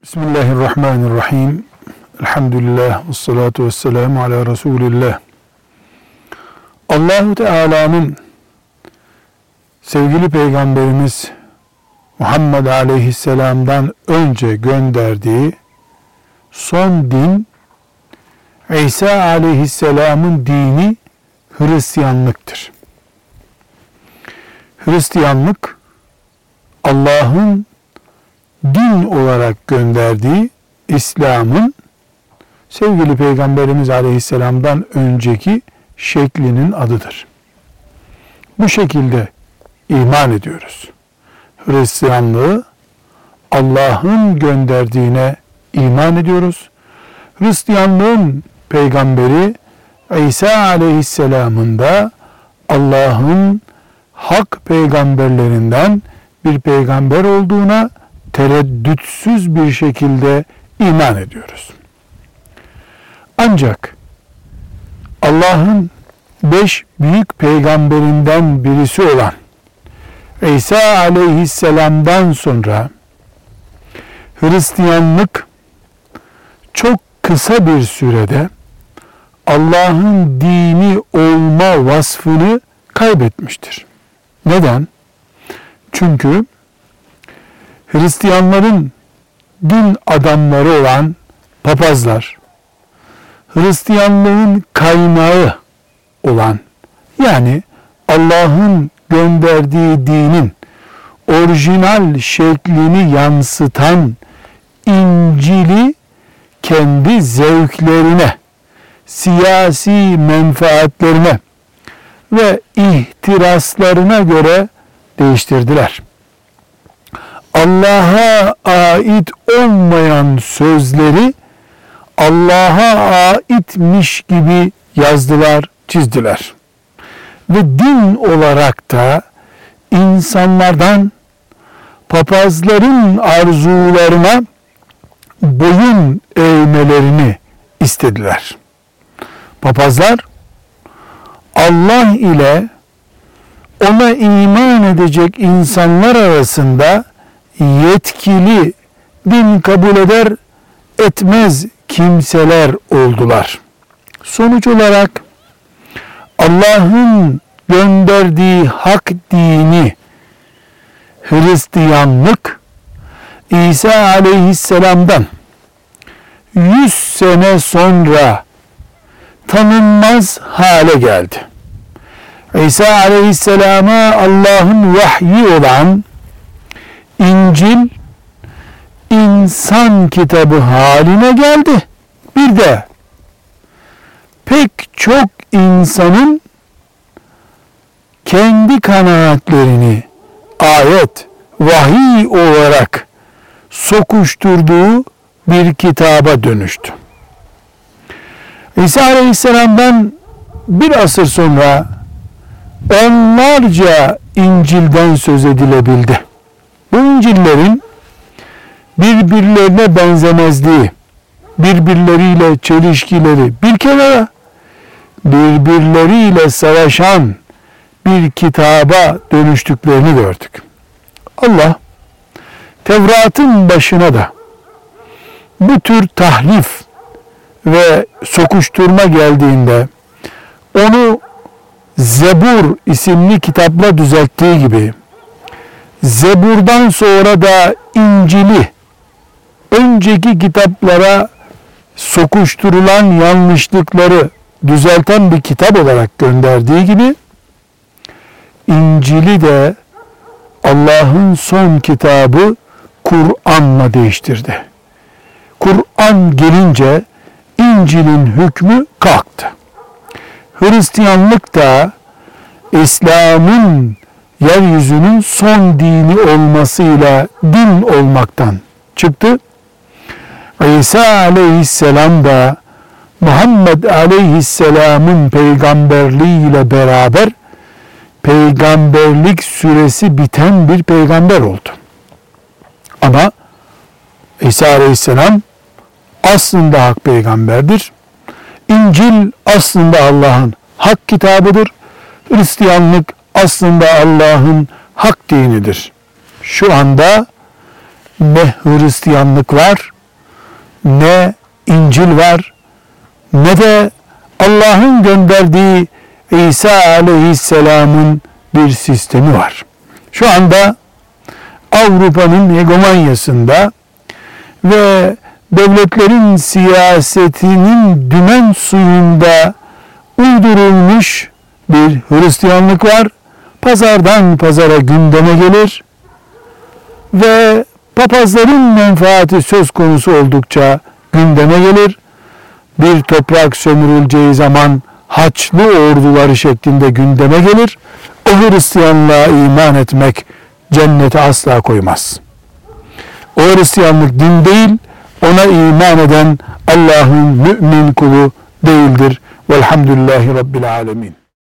Bismillahirrahmanirrahim. Elhamdülillah ve salatu ve selamu ala Resulillah. Allah-u Teala'nın sevgili Peygamberimiz Muhammed Aleyhisselam'dan önce gönderdiği son din, İsa Aleyhisselam'ın dini Hristiyanlıktır. Hristiyanlık, Allah'ın din olarak gönderdiği İslam'ın sevgili Peygamberimiz Aleyhisselam'dan önceki şeklinin adıdır. Bu şekilde iman ediyoruz. Hristiyanlığı Allah'ın gönderdiğine iman ediyoruz. Hristiyanlığın peygamberi İsa Aleyhisselam'ın da Allah'ın hak peygamberlerinden bir peygamber olduğuna tereddütsüz bir şekilde iman ediyoruz. Ancak Allah'ın 5 büyük peygamberinden birisi olan İsa Aleyhisselam'dan sonra Hristiyanlık çok kısa bir sürede Allah'ın dini olma vasfını kaybetmiştir. Neden? Çünkü Hristiyanların din adamları olan papazlar, Hristiyanlığın kaynağı olan, yani Allah'ın gönderdiği dinin orijinal şeklini yansıtan İncil'i kendi zevklerine, siyasi menfaatlerine ve ihtiraslarına göre değiştirdiler. Allah'a ait olmayan sözleri Allah'a aitmiş gibi yazdılar, çizdiler. Ve din olarak da insanlardan papazların arzularına boyun eğmelerini istediler. Papazlar Allah ile ona iman edecek insanlar arasında yetkili, din kabul eder etmez kimseler oldular. Sonuç olarak Allah'ın gönderdiği hak dini Hristiyanlık İsa Aleyhisselam'dan 100 sene sonra tanınmaz hale geldi. İsa Aleyhisselam'a Allah'ın vahyi olan İncil insan kitabı haline geldi. Bir de pek çok insanın kendi kanaatlerini ayet, vahiy olarak sokuşturduğu bir kitaba dönüştü. İsa Aleyhisselam'dan bir asır sonra onlarca İncil'den söz edilebildi. Bu İncil'lerin birbirlerine benzemezliği, birbirleriyle çelişkileri bir kenara, birbirleriyle savaşan bir kitaba dönüştüklerini gördük. Allah Tevrat'ın başına da bu tür tahrif ve sokuşturma geldiğinde onu Zebur isimli kitapla düzelttiği gibi Zebur'dan sonra da İncil'i önceki kitaplara sokuşturulan yanlışlıkları düzelten bir kitap olarak gönderdiği gibi İncil'i de Allah'ın son kitabı Kur'an'la değiştirdi. Kur'an gelince İncil'in hükmü kalktı. Hristiyanlık da İslam'ın yeryüzünün son dini olmasıyla din olmaktan çıktı. İsa Aleyhisselam da Muhammed Aleyhisselam'ın peygamberliğiyle beraber peygamberlik süresi biten bir peygamber oldu. Ama İsa Aleyhisselam aslında hak peygamberdir. İncil aslında Allah'ın hak kitabıdır. Hristiyanlık aslında Allah'ın hak dinidir. Şu anda ne Hristiyanlık var ne İncil var, ne de Allah'ın gönderdiği İsa aleyhisselamın bir sistemi var. Şu anda Avrupa'nın hegemonyasında ve devletlerin siyasetinin dümen suyunda uydurulmuş bir Hristiyanlık var. Pazardan pazara gündeme gelir ve papazların menfaati söz konusu oldukça gündeme gelir. Bir toprak sömürüleceği zaman Haçlı orduları şeklinde gündeme gelir. O Hristiyanlığa iman etmek cennete asla koymaz. O Hristiyanlık din değil, ona iman eden Allah'ın mümin kulu değildir. Velhamdülillahi Rabbil alemin.